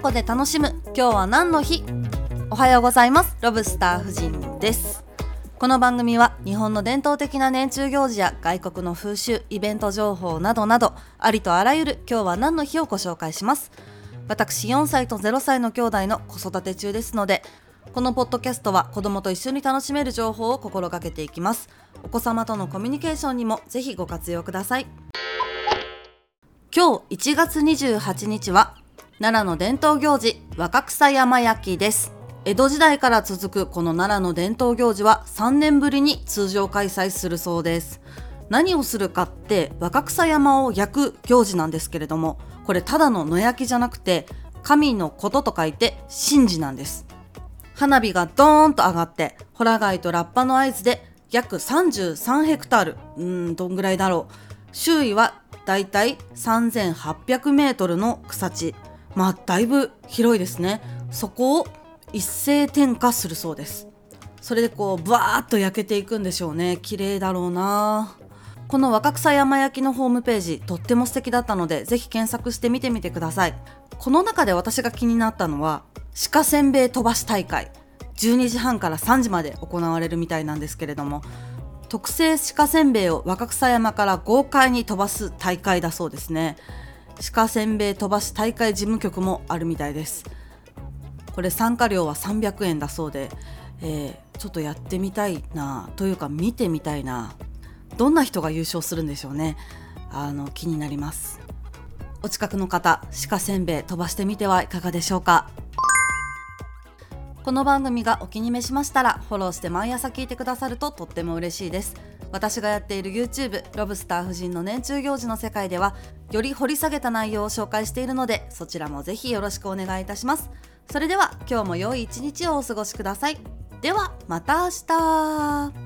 歩で楽しむ。今日は何の日？おはようございます。ロブスター夫人です。この番組は日本の伝統的な年中行事や外国の風習、イベント情報などなど、ありとあらゆる今日は何の日をご紹介します。私4歳と0歳の兄弟の子育て中ですので、このポッドキャストは子供と一緒に楽しめる情報を心がけていきます。お子様とのコミュニケーションにもぜひご活用ください。今日1月28日は奈良の伝統行事、若草山焼です。江戸時代から続くこの奈良の伝統行事は3年ぶりに通常開催するそうです。何をするかって若草山を焼く行事なんですけれども、これただの野焼きじゃなくて神のことと書いて神事なんです。花火がドーンと上がってホラ貝とラッパの合図で約33ヘクタール、どんぐらいだろう、周囲はだいたい3800メートルの草地、だいぶ広いですね。そこを一斉点火するそうです。それでブワーッと焼けていくんでしょうね。綺麗だろうな。この若草山焼きのホームページとっても素敵だったので、ぜひ検索して見てみてください。この中で私が気になったのは鹿せんべい飛ばし大会、12時半から3時まで行われるみたいなんですけれども、特製鹿せんべいを若草山から豪快に飛ばす大会だそうですね。鹿せんべい飛ばし大会事務局もあるみたいです。これ参加料は300円だそうで、ちょっとやってみたいなというか見てみたいな。どんな人が優勝するんでしょうね。気になります。お近くの方、鹿せんべい飛ばしてみてはいかがでしょうか。この番組がお気に召しましたらフォローして毎朝聞いてくださるととっても嬉しいです。私がやっている YouTube ロブスター夫人の年中行事の世界ではより掘り下げた内容を紹介しているので、そちらもぜひよろしくお願いいたします。それでは今日も良い一日をお過ごしください。ではまた明日。